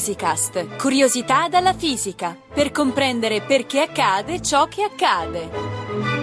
Fisicast, curiosità dalla fisica, per comprendere perché accade ciò che accade.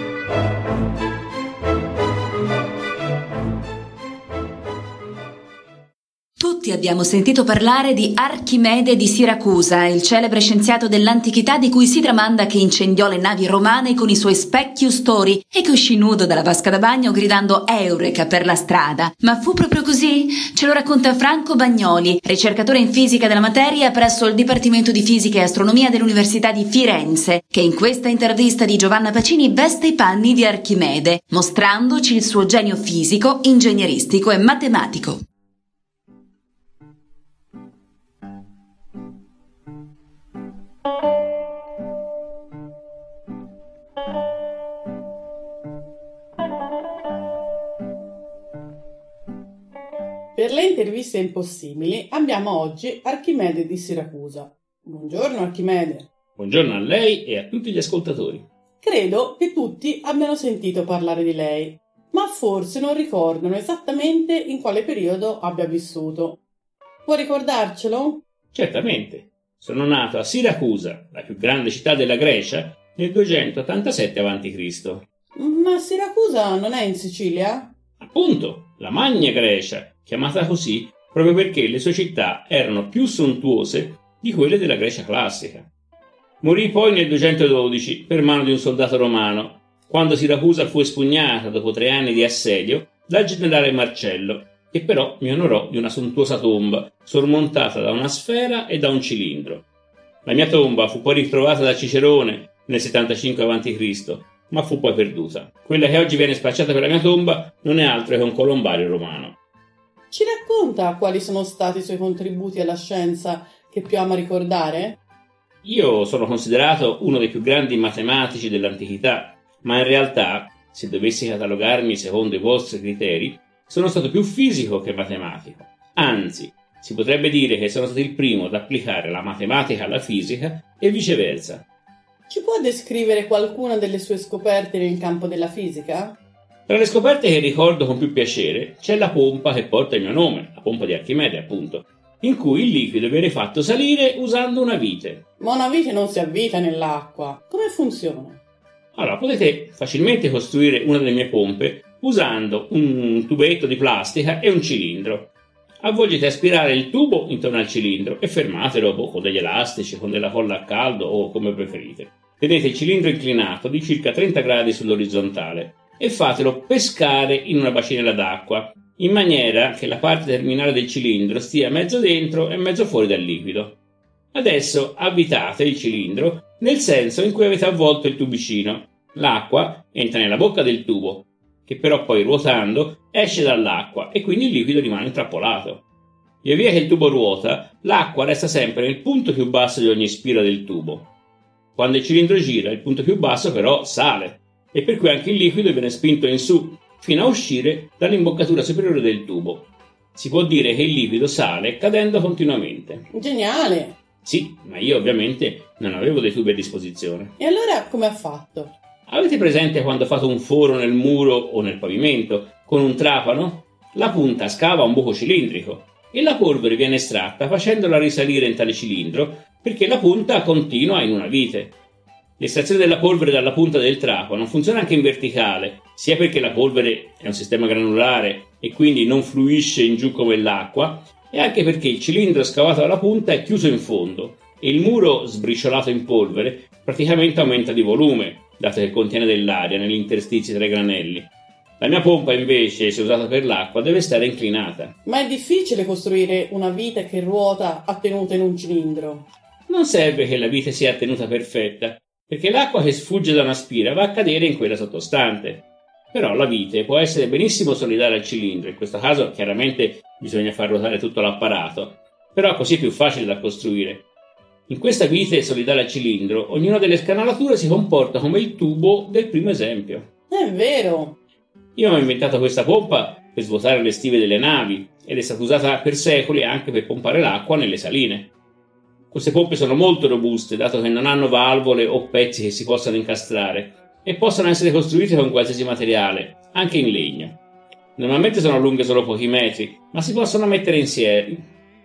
Tutti abbiamo sentito parlare di Archimede di Siracusa, il celebre scienziato dell'antichità di cui si tramanda che incendiò le navi romane con i suoi specchi ustori e che uscì nudo dalla vasca da bagno gridando Eureka per la strada. Ma fu proprio così? Ce lo racconta Franco Bagnoli, ricercatore in fisica della materia presso il Dipartimento di Fisica e Astronomia dell'Università di Firenze, che in questa intervista di Giovanna Pacini veste i panni di Archimede, mostrandoci il suo genio fisico, ingegneristico e matematico. Per le interviste impossibili abbiamo oggi Archimede di Siracusa. Buongiorno Archimede. Buongiorno a lei e a tutti gli ascoltatori. Credo che tutti abbiano sentito parlare di lei, ma forse non ricordano esattamente in quale periodo abbia vissuto. Può ricordarcelo? Certamente. Sono nato a Siracusa, la più grande città della Grecia, nel 287 a.C. Ma Siracusa non è in Sicilia? Appunto, la Magna Grecia, chiamata così proprio perché le sue città erano più sontuose di quelle della Grecia classica. Morì poi nel 212 per mano di un soldato romano, quando Siracusa fu espugnata dopo 3 anni di assedio dal generale Marcello, che però mi onorò di una sontuosa tomba sormontata da una sfera e da un cilindro. La mia tomba fu poi ritrovata da Cicerone nel 75 a.C., ma fu poi perduta. Quella che oggi viene spacciata per la mia tomba non è altro che un colombario romano. Ci racconta quali sono stati i suoi contributi alla scienza che più ama ricordare? Io sono considerato uno dei più grandi matematici dell'antichità, ma in realtà, se dovessi catalogarmi secondo i vostri criteri, sono stato più fisico che matematico. Anzi, si potrebbe dire che sono stato il primo ad applicare la matematica alla fisica e viceversa. Ci può descrivere qualcuna delle sue scoperte nel campo della fisica? Tra le scoperte che ricordo con più piacere c'è la pompa che porta il mio nome, la pompa di Archimede appunto, in cui il liquido viene fatto salire usando una vite. Ma una vite non si avvita nell'acqua. Come funziona? Allora, potete facilmente costruire una delle mie pompe usando un tubetto di plastica e un cilindro. Avvolgete a aspirare il tubo intorno al cilindro e fermatelo con degli elastici, con della colla a caldo o come preferite. Tenete il cilindro inclinato di circa 30 gradi sull'orizzontale e fatelo pescare in una bacinella d'acqua, in maniera che la parte terminale del cilindro stia mezzo dentro e mezzo fuori dal liquido. Adesso avvitate il cilindro nel senso in cui avete avvolto il tubicino. L'acqua entra nella bocca del tubo, che però poi ruotando esce dall'acqua e quindi il liquido rimane intrappolato. Via via che il tubo ruota, l'acqua resta sempre nel punto più basso di ogni spira del tubo. Quando il cilindro gira, il punto più basso però sale, e per cui anche il liquido viene spinto in su, fino a uscire dall'imboccatura superiore del tubo. Si può dire che il liquido sale cadendo continuamente. Geniale! Sì, ma io ovviamente non avevo dei tubi a disposizione. E allora come ha fatto? Avete presente quando fate un foro nel muro o nel pavimento con un trapano? La punta scava un buco cilindrico e la polvere viene estratta facendola risalire in tale cilindro perché la punta continua in una vite. L'estrazione della polvere dalla punta del trapano funziona anche in verticale, sia perché la polvere è un sistema granulare e quindi non fluisce in giù come l'acqua, e anche perché il cilindro scavato dalla punta è chiuso in fondo e il muro sbriciolato in polvere praticamente aumenta di volume, dato che contiene dell'aria negli interstizi tra i granelli. La mia pompa invece, se usata per l'acqua, deve stare inclinata. Ma è difficile costruire una vite che ruota a tenuta in un cilindro. Non serve che la vite sia a tenuta perfetta, perché l'acqua che sfugge da una spira va a cadere in quella sottostante. Però la vite può essere benissimo solidale al cilindro, in questo caso chiaramente bisogna far ruotare tutto l'apparato, però così è più facile da costruire. In questa vite solidale al cilindro, ognuna delle scanalature si comporta come il tubo del primo esempio. È vero! Io ho inventato questa pompa per svuotare le stive delle navi ed è stata usata per secoli anche per pompare l'acqua nelle saline. Queste pompe sono molto robuste, dato che non hanno valvole o pezzi che si possano incastrare e possono essere costruite con qualsiasi materiale, anche in legno. Normalmente sono lunghe solo pochi metri, ma si possono mettere insieme.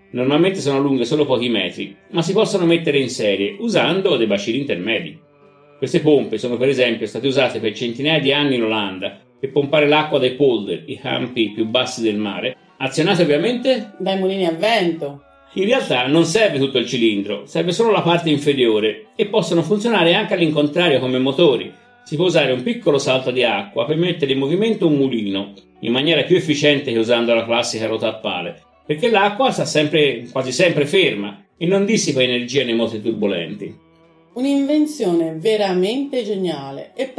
Normalmente sono lunghe solo pochi metri, ma si possono mettere in serie usando dei bacini intermedi. Queste pompe sono per esempio state usate per centinaia di anni in Olanda per pompare l'acqua dai polder, i campi più bassi del mare, azionate ovviamente dai mulini a vento. In realtà non serve tutto il cilindro, serve solo la parte inferiore e possono funzionare anche all'incontrario come motori. Si può usare un piccolo salto di acqua per mettere in movimento un mulino, in maniera più efficiente che usando la classica ruota a pale, perché l'acqua sta quasi sempre ferma e non dissipa energia nei moti turbolenti. Un'invenzione veramente geniale. E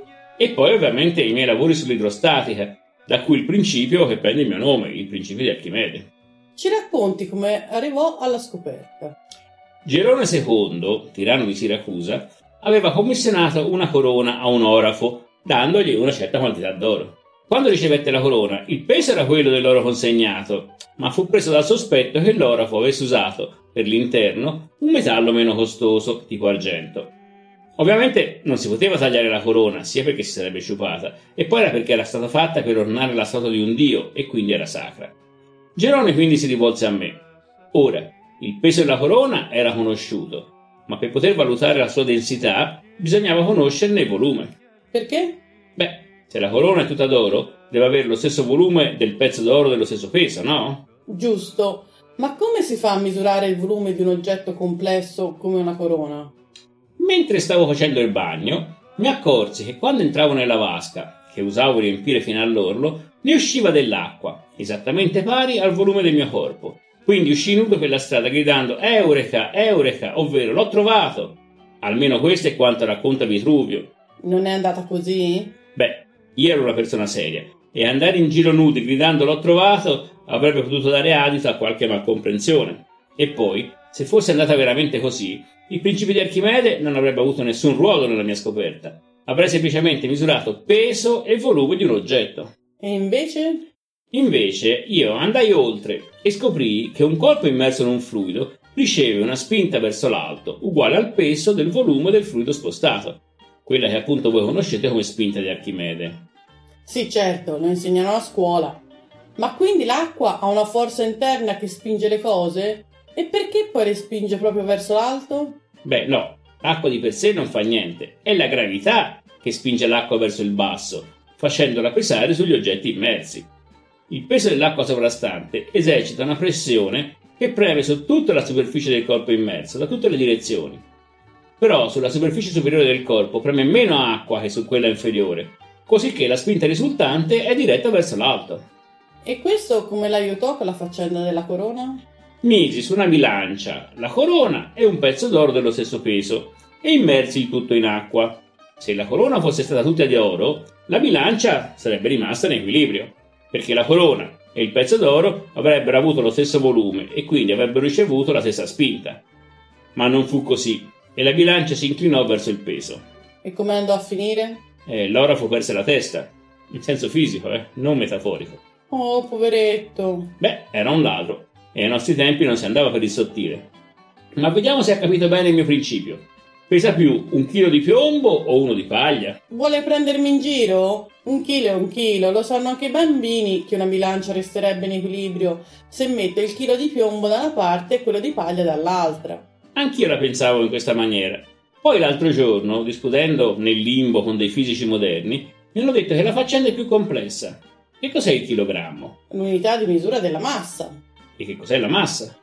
poi ovviamente i miei lavori sull'idrostatica, da cui il principio che prende il mio nome, il principio di Archimede. Ci racconti come arrivò alla scoperta? Gerone II, tiranno di Siracusa, aveva commissionato una corona a un orafo, dandogli una certa quantità d'oro. Quando ricevette la corona, il peso era quello dell'oro consegnato, ma fu preso dal sospetto che l'orafo avesse usato, per l'interno, un metallo meno costoso, tipo argento. Ovviamente non si poteva tagliare la corona, sia perché si sarebbe sciupata, e poi era perché era stata fatta per ornare la statua di un dio, e quindi era sacra. Gerone quindi si rivolse a me. Ora, il peso della corona era conosciuto, ma per poter valutare la sua densità bisognava conoscerne il volume. Perché? Beh, se la corona è tutta d'oro, deve avere lo stesso volume del pezzo d'oro dello stesso peso, no? Giusto, ma come si fa a misurare il volume di un oggetto complesso come una corona? Mentre stavo facendo il bagno, mi accorsi che quando entravo nella vasca, che usavo riempire fino all'orlo, ne usciva dell'acqua, esattamente pari al volume del mio corpo. Quindi uscii nudo per la strada gridando «Eureka, Eureka», ovvero «L'ho trovato!». Almeno questo è quanto racconta Vitruvio. Non è andata così? Beh, io ero una persona seria e andare in giro nudi gridando «L'ho trovato» avrebbe potuto dare adito a qualche malcomprensione. E poi, se fosse andata veramente così, il principio di Archimede non avrebbe avuto nessun ruolo nella mia scoperta. Avrei semplicemente misurato peso e volume di un oggetto. E invece? Invece io andai oltre e scoprii che un corpo immerso in un fluido riceve una spinta verso l'alto uguale al peso del volume del fluido spostato, quella che appunto voi conoscete come spinta di Archimede. Sì, certo, lo insegnano a scuola. Ma quindi l'acqua ha una forza interna che spinge le cose? E perché poi le spinge proprio verso l'alto? Beh, no, l'acqua di per sé non fa niente, è la gravità che spinge l'acqua verso il basso, facendola pesare sugli oggetti immersi. Il peso dell'acqua sovrastante esercita una pressione che preme su tutta la superficie del corpo immerso, da tutte le direzioni. Però sulla superficie superiore del corpo preme meno acqua che su quella inferiore, cosicché la spinta risultante è diretta verso l'alto. E questo come l'aiutò con la faccenda della corona? Misi su una bilancia la corona e un pezzo d'oro dello stesso peso e immersi il tutto in acqua. Se la corona fosse stata tutta di oro, la bilancia sarebbe rimasta in equilibrio, perché la corona e il pezzo d'oro avrebbero avuto lo stesso volume e quindi avrebbero ricevuto la stessa spinta. Ma non fu così e la bilancia si inclinò verso il peso. E come andò a finire? L'orafo perse la testa, in senso fisico, non metaforico. Oh, poveretto. Beh, era un ladro e ai nostri tempi non si andava per il sottile. Ma vediamo se ha capito bene il mio principio. Pesa più 1 chilo di piombo o uno di paglia? Vuole prendermi in giro? 1 chilo è 1 chilo, lo sanno anche i bambini che una bilancia resterebbe in equilibrio se mette il chilo di piombo da una parte e quello di paglia dall'altra. Anch'io la pensavo in questa maniera. Poi l'altro giorno, discutendo nel limbo con dei fisici moderni, mi hanno detto che la faccenda è più complessa. Che cos'è il chilogrammo? L'unità di misura della massa. E che cos'è la massa?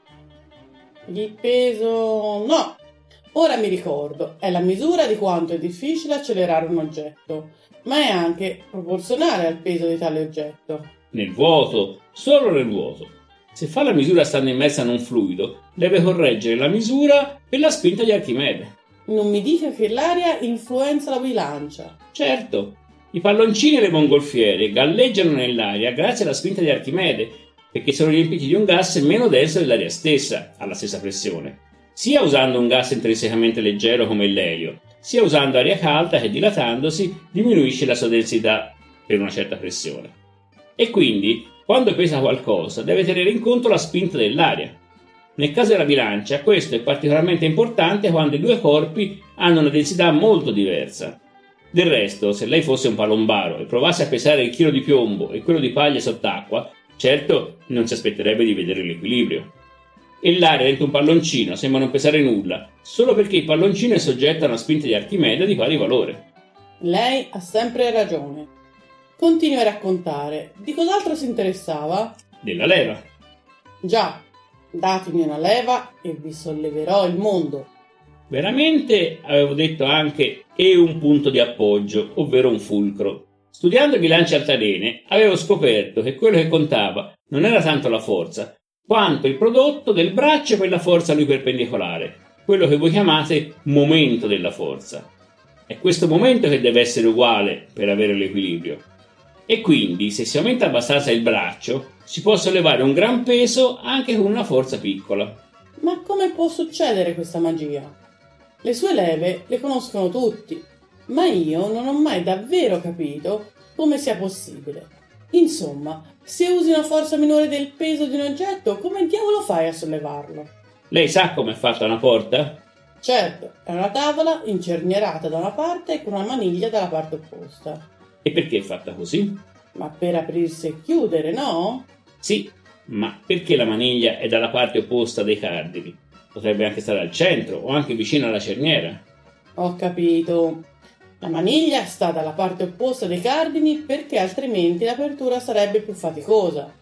Il peso... no! Ora mi ricordo, è la misura di quanto è difficile accelerare un oggetto, ma è anche proporzionale al peso di tale oggetto. Nel vuoto, solo nel vuoto. Se fa la misura stando immersa in un fluido, deve correggere la misura per la spinta di Archimede. Non mi dica che l'aria influenza la bilancia. Certo, i palloncini e le mongolfiere galleggiano nell'aria grazie alla spinta di Archimede, perché sono riempiti di un gas meno denso dell'aria stessa, alla stessa pressione, sia usando un gas intrinsecamente leggero come l'elio, sia usando aria calda che dilatandosi diminuisce la sua densità per una certa pressione. E quindi, quando pesa qualcosa, deve tenere in conto la spinta dell'aria. Nel caso della bilancia, questo è particolarmente importante quando i due corpi hanno una densità molto diversa. Del resto, se lei fosse un palombaro e provasse a pesare il chilo di piombo e quello di paglia sott'acqua, certo non si aspetterebbe di vedere l'equilibrio. e l'aria dentro un palloncino sembra non pesare nulla, solo perché il palloncino è soggetto a una spinta di Archimede di pari valore. Lei ha sempre ragione. Continui a raccontare. Di cos'altro si interessava? Della leva. Già, datemi una leva e vi solleverò il mondo. Veramente avevo detto anche e un punto di appoggio, ovvero un fulcro. Studiando i bilanci altalene avevo scoperto che quello che contava non era tanto la forza, quanto il prodotto del braccio per la forza a lui perpendicolare, quello che voi chiamate momento della forza. È questo momento che deve essere uguale per avere l'equilibrio. E quindi, se si aumenta abbastanza il braccio, si può sollevare un gran peso anche con una forza piccola. Ma come può succedere questa magia? Le sue leve le conoscono tutti, ma io non ho mai davvero capito come sia possibile. Insomma, se usi una forza minore del peso di un oggetto, come diavolo fai a sollevarlo? Lei sa come è fatta una porta? Certo, è una tavola incernierata da una parte e con una maniglia dalla parte opposta. E perché è fatta così? Ma per aprirsi e chiudere, no? Sì, ma perché la maniglia è dalla parte opposta dei cardini? Potrebbe anche stare al centro o anche vicino alla cerniera. Ho capito. La maniglia sta dalla parte opposta dei cardini perché altrimenti l'apertura sarebbe più faticosa.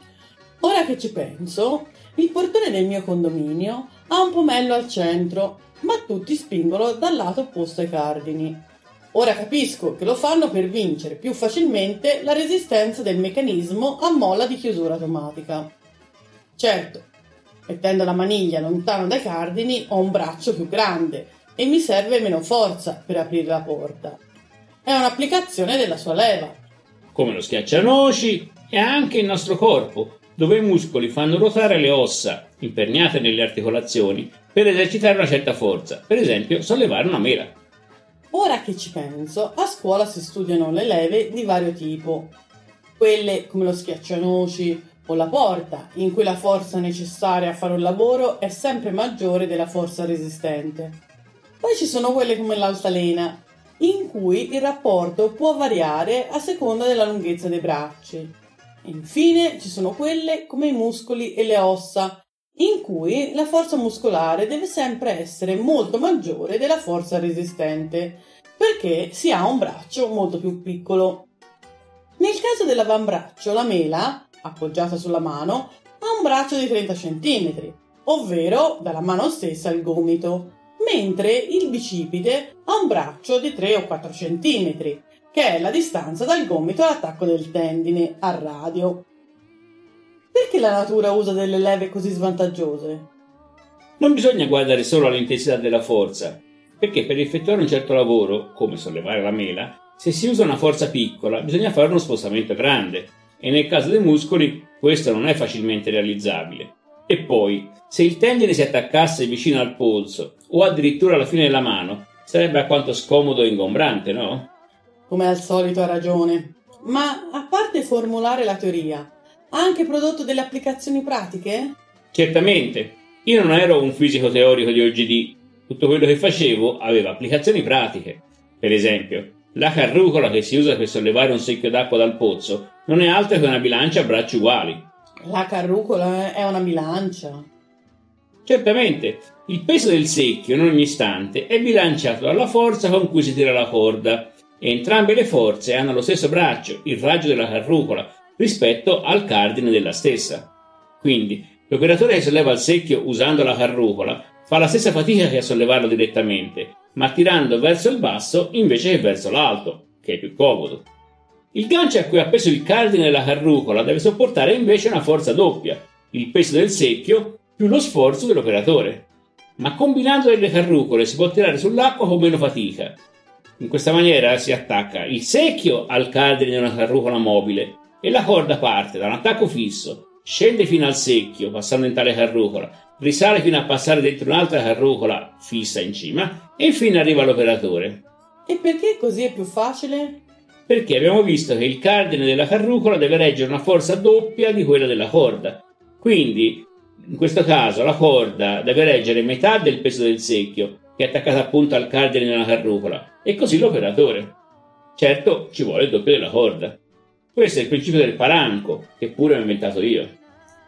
Ora che ci penso, il portone del mio condominio ha un pomello al centro, ma tutti spingono dal lato opposto ai cardini. Ora capisco che lo fanno per vincere più facilmente la resistenza del meccanismo a molla di chiusura automatica. Certo, mettendo la maniglia lontano dai cardini ho un braccio più grande e mi serve meno forza per aprire la porta. È un'applicazione della sua leva. Come lo schiaccianoci e anche il nostro corpo, dove i muscoli fanno ruotare le ossa imperniate nelle articolazioni per esercitare una certa forza, per esempio sollevare una mela. Ora che ci penso, a scuola si studiano le leve di vario tipo. Quelle come lo schiaccianoci o la porta, in cui la forza necessaria a fare un lavoro è sempre maggiore della forza resistente. Poi ci sono quelle come l'altalena, in cui il rapporto può variare a seconda della lunghezza dei bracci. E infine ci sono quelle come i muscoli e le ossa, in cui la forza muscolare deve sempre essere molto maggiore della forza resistente, perché si ha un braccio molto più piccolo. Nel caso dell'avambraccio, la mela, appoggiata sulla mano, ha un braccio di 30 cm, ovvero dalla mano stessa al gomito, mentre il bicipite ha un braccio di 3 o 4 cm, che è la distanza dal gomito all'attacco del tendine, al radio. Perché la natura usa delle leve così svantaggiose? Non bisogna guardare solo all'intensità della forza, perché per effettuare un certo lavoro, come sollevare la mela, se si usa una forza piccola bisogna fare uno spostamento grande, e nel caso dei muscoli questo non è facilmente realizzabile. E poi, se il tendine si attaccasse vicino al polso o addirittura alla fine della mano, sarebbe alquanto scomodo e ingombrante, no? Come al solito ha ragione. Ma a parte formulare la teoria, ha anche prodotto delle applicazioni pratiche? Certamente, io non ero un fisico teorico di OGD, tutto quello che facevo aveva applicazioni pratiche. Per esempio, la carrucola che si usa per sollevare un secchio d'acqua dal pozzo non è altro che una bilancia a bracci uguali. La carrucola è una bilancia. Certamente, il peso del secchio in ogni istante è bilanciato dalla forza con cui si tira la corda, e entrambe le forze hanno lo stesso braccio, il raggio della carrucola, rispetto al cardine della stessa. Quindi, l'operatore che solleva il secchio usando la carrucola fa la stessa fatica che a sollevarlo direttamente, ma tirando verso il basso invece che verso l'alto, che è più comodo. Il gancio a cui è appeso il cardine della carrucola deve sopportare invece una forza doppia, il peso del secchio più lo sforzo dell'operatore. Ma combinando le carrucole si può tirare sull'acqua con meno fatica. In questa maniera si attacca il secchio al cardine di una carrucola mobile e la corda parte da un attacco fisso, scende fino al secchio passando in tale carrucola, risale fino a passare dentro un'altra carrucola fissa in cima e infine arriva all'operatore. E perché così è più facile? Perché abbiamo visto che il cardine della carrucola deve reggere una forza doppia di quella della corda. Quindi, in questo caso, la corda deve reggere metà del peso del secchio, che è attaccato appunto al cardine della carrucola, e così l'operatore. Certo, ci vuole il doppio della corda. Questo è il principio del paranco, che pure ho inventato io.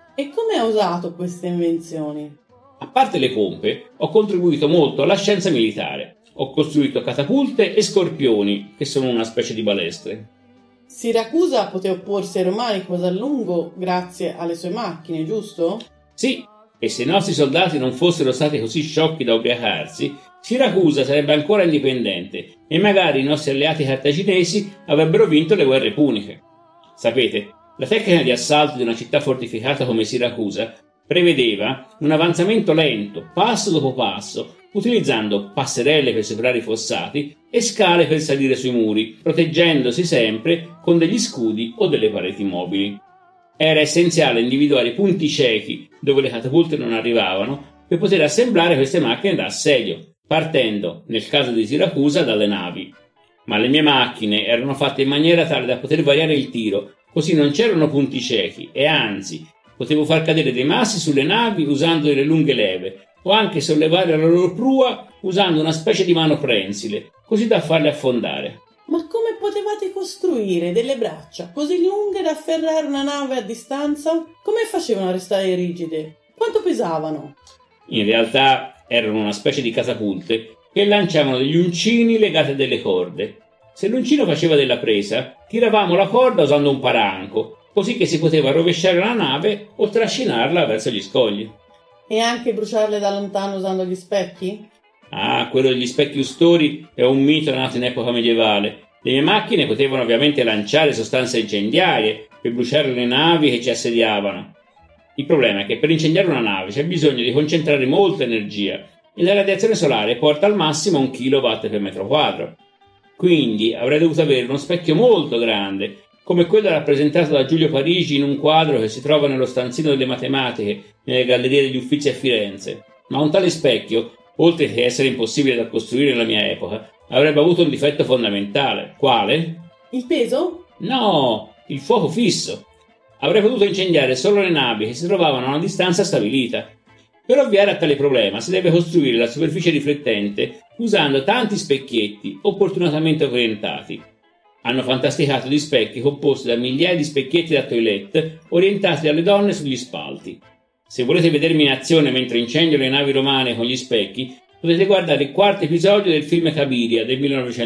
E come ha usato queste invenzioni? A parte le pompe, ho contribuito molto alla scienza militare. Ho costruito catapulte e scorpioni, che sono una specie di balestre. Siracusa poté opporsi ai Romani così a lungo grazie alle sue macchine, giusto? Sì, e se i nostri soldati non fossero stati così sciocchi da ubriacarsi, Siracusa sarebbe ancora indipendente e magari i nostri alleati cartaginesi avrebbero vinto le guerre puniche. Sapete, la tecnica di assalto di una città fortificata come Siracusa prevedeva un avanzamento lento, passo dopo passo, utilizzando passerelle per superare i fossati e scale per salire sui muri, proteggendosi sempre con degli scudi o delle pareti mobili. Era essenziale individuare punti ciechi dove le catapulte non arrivavano per poter assemblare queste macchine da assedio, partendo, nel caso di Siracusa, dalle navi. Ma le mie macchine erano fatte in maniera tale da poter variare il tiro, così non c'erano punti ciechi e anzi potevo far cadere dei massi sulle navi usando delle lunghe leve o anche sollevare la loro prua usando una specie di mano prensile, così da farle affondare. Ma come potevate costruire delle braccia così lunghe da afferrare una nave a distanza? Come facevano a restare rigide? Quanto pesavano? In realtà erano una specie di catapulte che lanciavano degli uncini legati a delle corde. Se l'uncino faceva della presa, tiravamo la corda usando un paranco, così che si poteva rovesciare la nave o trascinarla verso gli scogli. E anche bruciarle da lontano usando gli specchi? Ah, quello degli specchi ustori è un mito nato in epoca medievale. Le mie macchine potevano ovviamente lanciare sostanze incendiarie per bruciare le navi che ci assediavano. Il problema è che per incendiare una nave c'è bisogno di concentrare molta energia e la radiazione solare porta al massimo 1 kW per metro quadro. Quindi avrei dovuto avere uno specchio molto grande, come quello rappresentato da Giulio Parigi in un quadro che si trova nello stanzino delle matematiche nelle gallerie degli Uffizi a Firenze. Ma un tale specchio, oltre che essere impossibile da costruire nella mia epoca, avrebbe avuto un difetto fondamentale. Quale? Il peso? No, il fuoco fisso. Avrei potuto incendiare solo le navi che si trovavano a una distanza stabilita. Per ovviare a tale problema si deve costruire la superficie riflettente usando tanti specchietti opportunamente orientati. Hanno fantasticato di specchi composti da migliaia di specchietti da toilette orientati dalle donne sugli spalti. Se volete vedermi in azione mentre incendio le navi romane con gli specchi, potete guardare il 4º episodio del film Cabiria del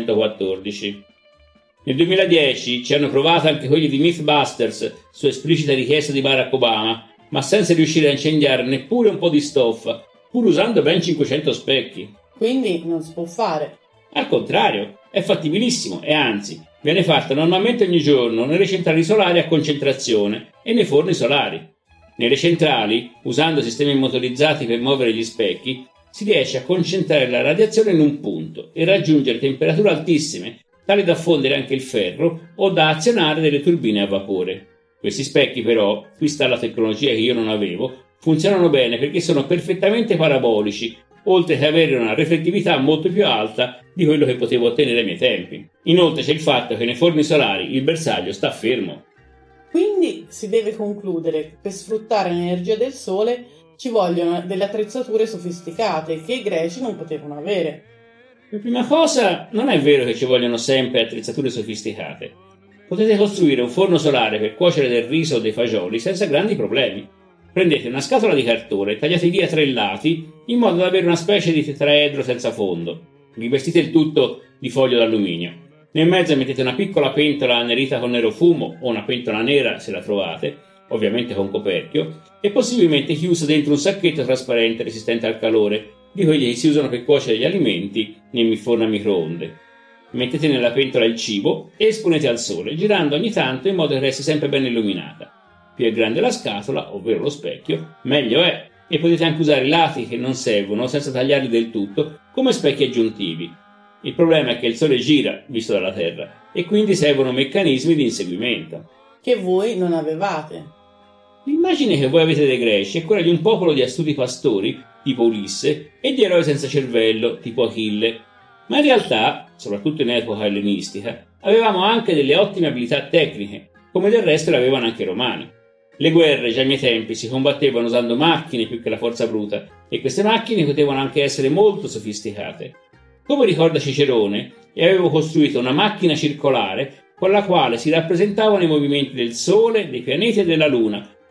1914. Nel 2010 ci hanno provato anche quelli di Mythbusters su esplicita richiesta di Barack Obama, ma senza riuscire a incendiare neppure un po' di stoffa, pur usando ben 500 specchi. Quindi non si può fare. Al contrario, è fattibilissimo e anzi, viene fatta normalmente ogni giorno nelle centrali solari a concentrazione e nei forni solari. Nelle centrali, usando sistemi motorizzati per muovere gli specchi, si riesce a concentrare la radiazione in un punto e raggiungere temperature altissime, tali da fondere anche il ferro o da azionare delle turbine a vapore. Questi specchi però, qui sta la tecnologia che io non avevo, funzionano bene perché sono perfettamente parabolici, oltre che avere una riflettività molto più alta di quello che potevo ottenere ai miei tempi. Inoltre c'è il fatto che nei forni solari il bersaglio sta fermo. Quindi si deve concludere che per sfruttare l'energia del sole ci vogliono delle attrezzature sofisticate che i greci non potevano avere. Per prima cosa, non è vero che ci vogliono sempre attrezzature sofisticate. Potete costruire un forno solare per cuocere del riso o dei fagioli senza grandi problemi. Prendete una scatola di cartone e tagliate via 3 lati in modo da avere una specie di tetraedro senza fondo. Rivestite il tutto di foglio d'alluminio. Nel mezzo mettete una piccola pentola annerita con nero fumo o una pentola nera se la trovate, ovviamente con coperchio, e possibilmente chiusa dentro un sacchetto trasparente resistente al calore, di quelli che si usano per cuocere gli alimenti nel forno a microonde. Mettete nella pentola il cibo e esponete al sole, girando ogni tanto in modo che resti sempre ben illuminata. Più è grande la scatola, ovvero lo specchio, meglio è, e potete anche usare i lati che non servono senza tagliarli del tutto come specchi aggiuntivi. Il problema è che il sole gira, visto dalla Terra, e quindi servono meccanismi di inseguimento. Che voi non avevate. L'immagine che voi avete dei greci è quella di un popolo di astuti pastori, tipo Ulisse, e di eroi senza cervello, tipo Achille. Ma in realtà, soprattutto in epoca ellenistica, avevamo anche delle ottime abilità tecniche, come del resto le avevano anche i romani. Le guerre, già ai miei tempi, si combattevano usando macchine più che la forza bruta, e queste macchine potevano anche essere molto sofisticate. Come ricorda Cicerone, avevo costruito una macchina circolare con la quale si rappresentavano i movimenti del Sole, dei pianeti e della Luna,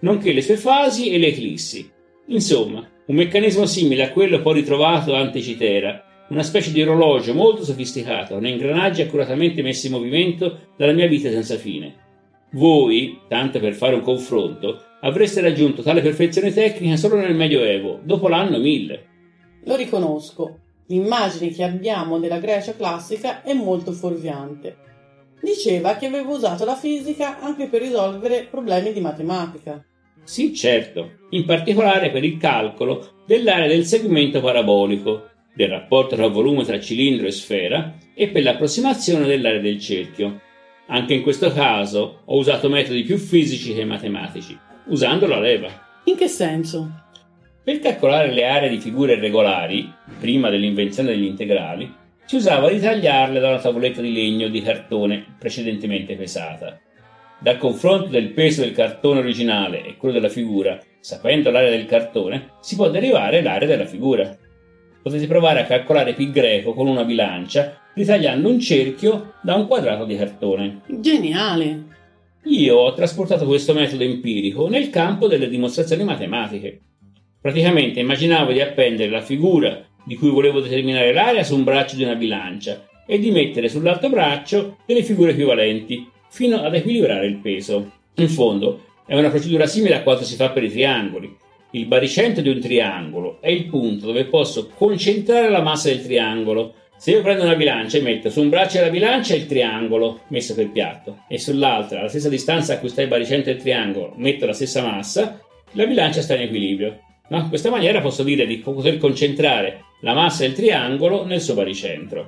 nonché le sue fasi e le eclissi. Insomma, un meccanismo simile a quello poi ritrovato ante Citera, una specie di orologio molto sofisticato, con ingranaggi accuratamente messi in movimento dalla mia vita senza fine. Voi, tanto per fare un confronto, avreste raggiunto tale perfezione tecnica solo nel Medioevo, dopo l'anno 1000. Lo riconosco, l'immagine che abbiamo della Grecia classica è molto fuorviante. Diceva che aveva usato la fisica anche per risolvere problemi di matematica. Sì, certo, in particolare per il calcolo dell'area del segmento parabolico, del rapporto tra volume tra cilindro e sfera e per l'approssimazione dell'area del cerchio. Anche in questo caso ho usato metodi più fisici che matematici, usando la leva. In che senso? Per calcolare le aree di figure regolari, prima dell'invenzione degli integrali, si usava di tagliarle da una tavoletta di legno o di cartone precedentemente pesata. Dal confronto del peso del cartone originale e quello della figura, sapendo l'area del cartone, si può derivare l'area della figura. Potete provare a calcolare pi greco con una bilancia, ritagliando un cerchio da un quadrato di cartone. Geniale! Io ho trasportato questo metodo empirico nel campo delle dimostrazioni matematiche. Praticamente immaginavo di appendere la figura di cui volevo determinare l'area su un braccio di una bilancia e di mettere sull'altro braccio delle figure equivalenti, fino ad equilibrare il peso. In fondo, è una procedura simile a quanto si fa per i triangoli. Il baricentro di un triangolo è il punto dove posso concentrare la massa del triangolo. Se io prendo una bilancia e metto su un braccio della bilancia il triangolo messo per piatto e sull'altra, alla stessa distanza a cui sta il baricentro del triangolo, metto la stessa massa, la bilancia sta in equilibrio. No? In questa maniera posso dire di poter concentrare la massa del triangolo nel suo baricentro.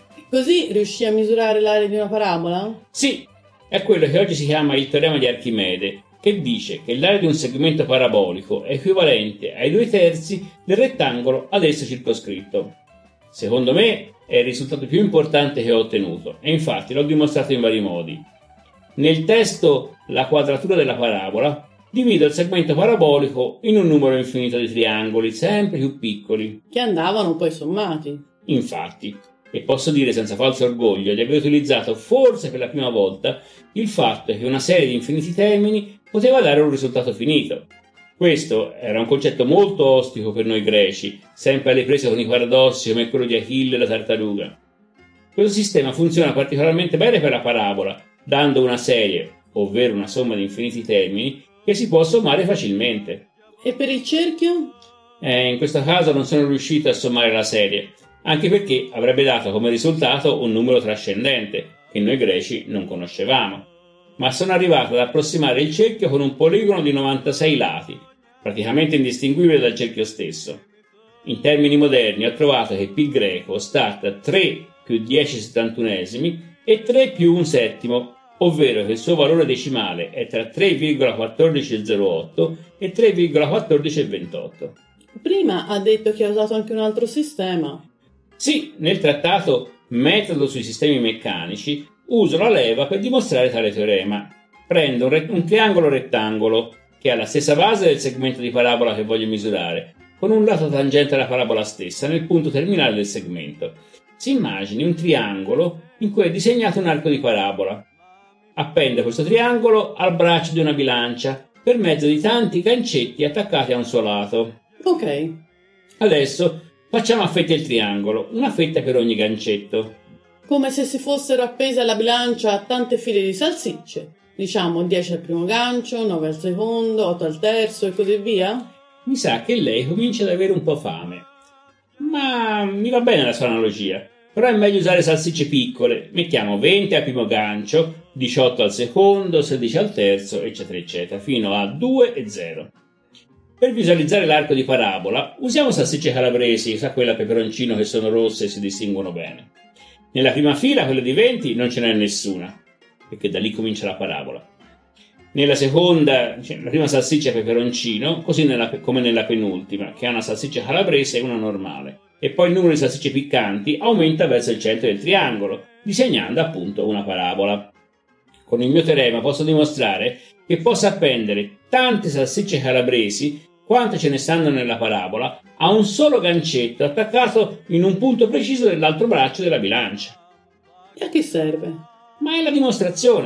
Così riuscì a misurare l'area di una parabola? Sì, è quello che oggi si chiama il teorema di Archimede, che dice che l'area di un segmento parabolico è equivalente ai 2/3 del rettangolo ad esso circoscritto. Secondo me è il risultato più importante che ho ottenuto e infatti l'ho dimostrato in vari modi. Nel testo La quadratura della parabola divido il segmento parabolico in un numero infinito di triangoli sempre più piccoli, che andavano poi sommati. Infatti, e posso dire senza falso orgoglio di aver utilizzato forse per la prima volta il fatto che una serie di infiniti termini poteva dare un risultato finito. Questo era un concetto molto ostico per noi greci, sempre alle prese con i paradossi come quello di Achille e la tartaruga. Questo sistema funziona particolarmente bene per la parabola, dando una serie, ovvero una somma di infiniti termini, che si può sommare facilmente. E per il cerchio? In questo caso non sono riuscito a sommare la serie, anche perché avrebbe dato come risultato un numero trascendente, che noi greci non conoscevamo. Ma sono arrivato ad approssimare il cerchio con un poligono di 96 lati, praticamente indistinguibile dal cerchio stesso. In termini moderni ho trovato che pi greco sta tra 3 più 10/71 e 3 più 1/7, ovvero che il suo valore decimale è tra 3,1408 e 3,1428. Prima ha detto che ha usato anche un altro sistema. Sì, nel trattato Metodo sui sistemi meccanici uso la leva per dimostrare tale teorema. Prendo un triangolo rettangolo che ha la stessa base del segmento di parabola che voglio misurare, con un lato tangente alla parabola stessa nel punto terminale del segmento. Si immagini un triangolo in cui è disegnato un arco di parabola. Appendo questo triangolo al braccio di una bilancia per mezzo di tanti gancetti attaccati a un suo lato. Ok. Adesso facciamo a fette il triangolo, una fetta per ogni gancetto. Come se si fossero appese alla bilancia tante file di salsicce. Diciamo 10 al primo gancio, 9 al secondo, 8 al terzo e così via? Mi sa che lei comincia ad avere un po' fame. Ma mi va bene la sua analogia. Però è meglio usare salsicce piccole. Mettiamo 20 al primo gancio, 18 al secondo, 16 al terzo, eccetera, eccetera, fino a 2 e 0. Per visualizzare l'arco di parabola usiamo salsicce calabresi, sa quella a peperoncino che sono rosse e si distinguono bene. Nella prima fila, quella di 20, non ce n'è nessuna, perché da lì comincia la parabola. Nella seconda, la prima salsiccia peperoncino, così come nella penultima, che ha una salsiccia calabrese e una normale. E poi il numero di salsicce piccanti aumenta verso il centro del triangolo, disegnando appunto una parabola. Con il mio teorema posso dimostrare che posso appendere tante salsicce calabresi quante ce ne stanno nella parabola a un solo gancetto attaccato in un punto preciso dell'altro braccio della bilancia. E a che serve? Ma è la dimostrazione.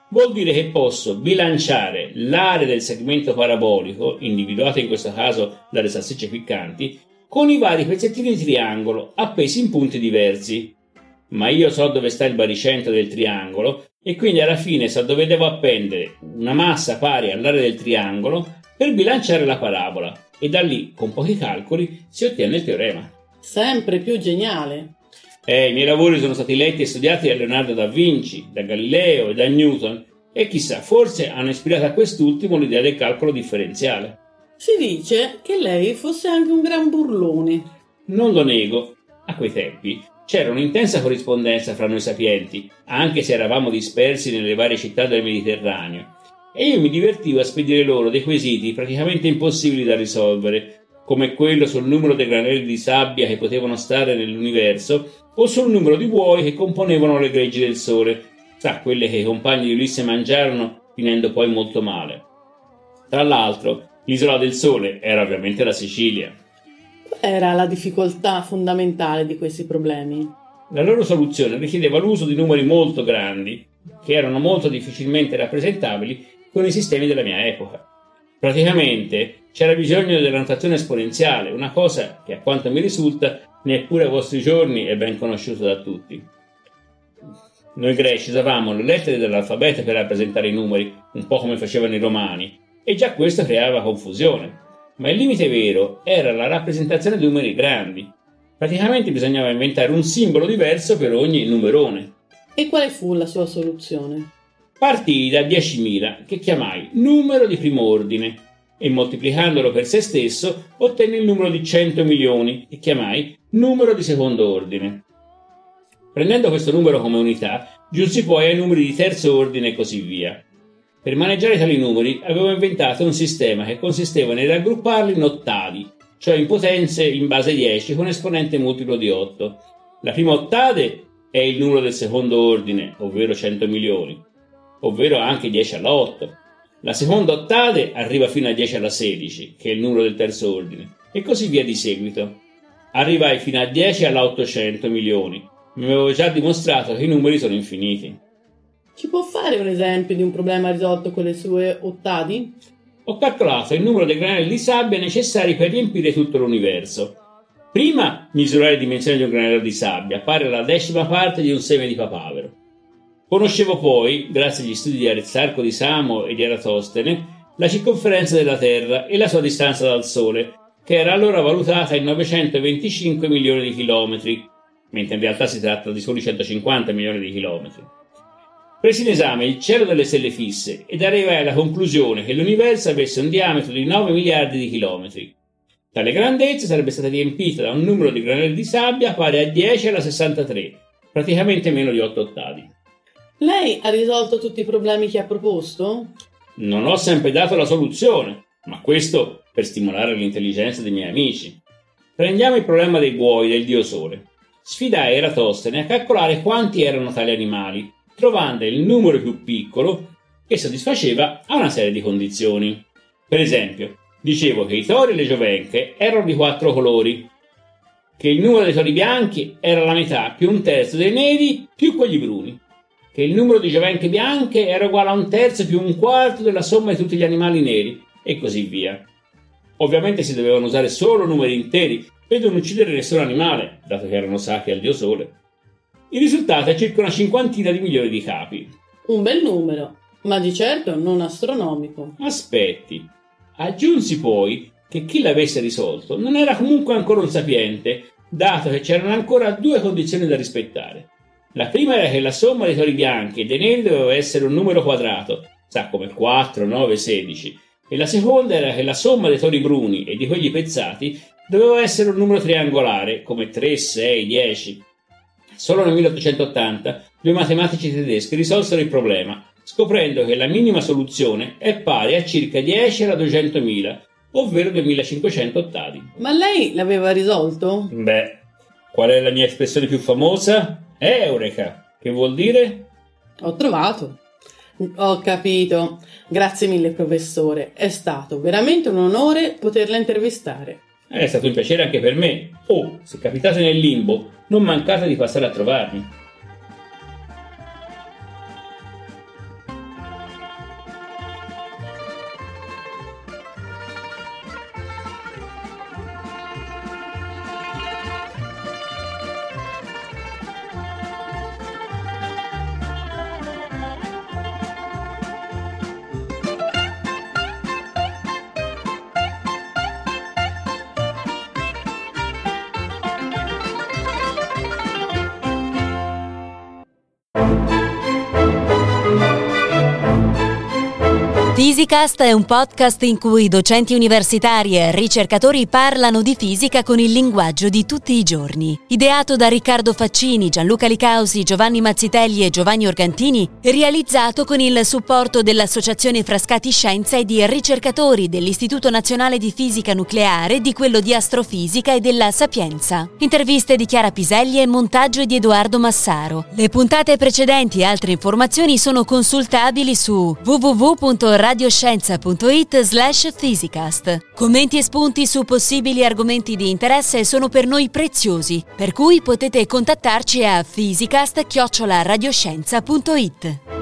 vuol dire che posso bilanciare l'area del segmento parabolico, individuata in questo caso dalle salsicce piccanti, con i vari pezzettini di triangolo appesi in punti diversi. Ma io so dove sta il baricentro del triangolo e quindi alla fine so dove devo appendere una massa pari all'area del triangolo per bilanciare la parabola e da lì, con pochi calcoli, si ottiene il teorema. Sempre più geniale. I miei lavori sono stati letti e studiati da Leonardo da Vinci, da Galileo e da Newton e chissà, forse hanno ispirato a quest'ultimo l'idea del calcolo differenziale. Si dice che lei fosse anche un gran burlone. Non lo nego, a quei tempi c'era un'intensa corrispondenza fra noi sapienti, anche se eravamo dispersi nelle varie città del Mediterraneo, e io mi divertivo a spedire loro dei quesiti praticamente impossibili da risolvere, come quello sul numero dei granelli di sabbia che potevano stare nell'universo o sul numero di buoi che componevano le greggi del Sole, sa, quelle che i compagni di Ulisse mangiarono finendo poi molto male. Tra l'altro, l'isola del Sole era ovviamente la Sicilia. Qual era la difficoltà fondamentale di questi problemi? La loro soluzione richiedeva l'uso di numeri molto grandi, che erano molto difficilmente rappresentabili con i sistemi della mia epoca. Praticamente c'era bisogno della notazione esponenziale, una cosa che a quanto mi risulta neppure ai vostri giorni è ben conosciuta da tutti. Noi greci usavamo le lettere dell'alfabeto per rappresentare i numeri, un po' come facevano i romani, e già questo creava confusione. Ma il limite vero era la rappresentazione di numeri grandi. Praticamente bisognava inventare un simbolo diverso per ogni numerone. E quale fu la sua soluzione? Partii da 10.000, che chiamai numero di primo ordine, e moltiplicandolo per se stesso ottenni il numero di 100 milioni, che chiamai numero di secondo ordine. Prendendo questo numero come unità, giunsi poi ai numeri di terzo ordine e così via. Per maneggiare tali numeri avevo inventato un sistema che consisteva nel raggrupparli in ottavi, cioè in potenze in base 10 con esponente multiplo di 8. La prima ottade è il numero del secondo ordine, ovvero 100 milioni, ovvero anche 10 alla 8. La seconda ottade arriva fino a 10 alla 16, che è il numero del terzo ordine, e così via di seguito. Arrivai fino a 10 alla 800 milioni. Mi avevo già dimostrato che i numeri sono infiniti. Ci può fare un esempio di un problema risolto con le sue ottadi? Ho calcolato il numero dei granelli di sabbia necessari per riempire tutto l'universo. Prima misurare le dimensioni di un granello di sabbia, pari alla 10ª parte di un seme di papavero. Conoscevo poi, grazie agli studi di Aristarco di Samo e di Eratostene, la circonferenza della Terra e la sua distanza dal Sole, che era allora valutata in 925 milioni di chilometri, mentre in realtà si tratta di soli 150 milioni di chilometri. Presi in esame il cielo delle stelle fisse ed arrivai alla conclusione che l'universo avesse un diametro di 9 miliardi di chilometri. Tale grandezza sarebbe stata riempita da un numero di granelli di sabbia pari a 10 alla 63, praticamente meno di 8 ottavi. Lei ha risolto tutti i problemi che ha proposto? Non ho sempre dato la soluzione, ma questo per stimolare l'intelligenza dei miei amici. Prendiamo il problema dei buoi del dio Sole. Sfidai Eratostene a calcolare quanti erano tali animali, trovando il numero più piccolo che soddisfaceva a una serie di condizioni. Per esempio, dicevo che i tori e le giovenche erano di 4 colori, che il numero dei tori bianchi era la metà più un terzo dei neri più quelli bruni, che il numero di giovenche bianche era uguale a un terzo più un quarto della somma di tutti gli animali neri, e così via. Ovviamente si dovevano usare solo numeri interi per non uccidere nessun animale, dato che erano sacri al dio Sole. Il risultato è circa una 50 di milioni di capi. Un bel numero, ma di certo non astronomico. Aspetti. Aggiunsi poi che chi l'avesse risolto non era comunque ancora un sapiente, dato che c'erano ancora 2 condizioni da rispettare. La prima era che la somma dei tori bianchi e dei neri doveva essere un numero quadrato, sa, come 4, 9, 16, e la seconda era che la somma dei tori bruni e di quelli pezzati doveva essere un numero triangolare, come 3, 6, 10. Solo nel 1880 due matematici tedeschi risolsero il problema, scoprendo che la minima soluzione è pari a circa 10 alla 200.000, ovvero 2500 ottavi. Ma lei l'aveva risolto? Beh, qual è la mia espressione più famosa? Eureka! Che vuol dire? Ho trovato. Ho capito. Grazie mille, professore. È stato veramente un onore poterla intervistare. È stato un piacere anche per me. Oh, se capitate nel limbo, non mancate di passare a trovarmi. Physicast è un podcast in cui docenti universitari e ricercatori parlano di fisica con il linguaggio di tutti i giorni. Ideato da Riccardo Faccini, Gianluca Licausi, Giovanni Mazzitelli e Giovanni Organtini, realizzato con il supporto dell'Associazione Frascati Scienza e di ricercatori dell'Istituto Nazionale di Fisica Nucleare, di quello di Astrofisica e della Sapienza. Interviste di Chiara Piselli e montaggio di Edoardo Massaro. Le puntate precedenti e altre informazioni sono consultabili su www.radioscienza.it/Physicast. Commenti e spunti su possibili argomenti di interesse sono per noi preziosi, per cui potete contattarci a physicast@radioscienza.it.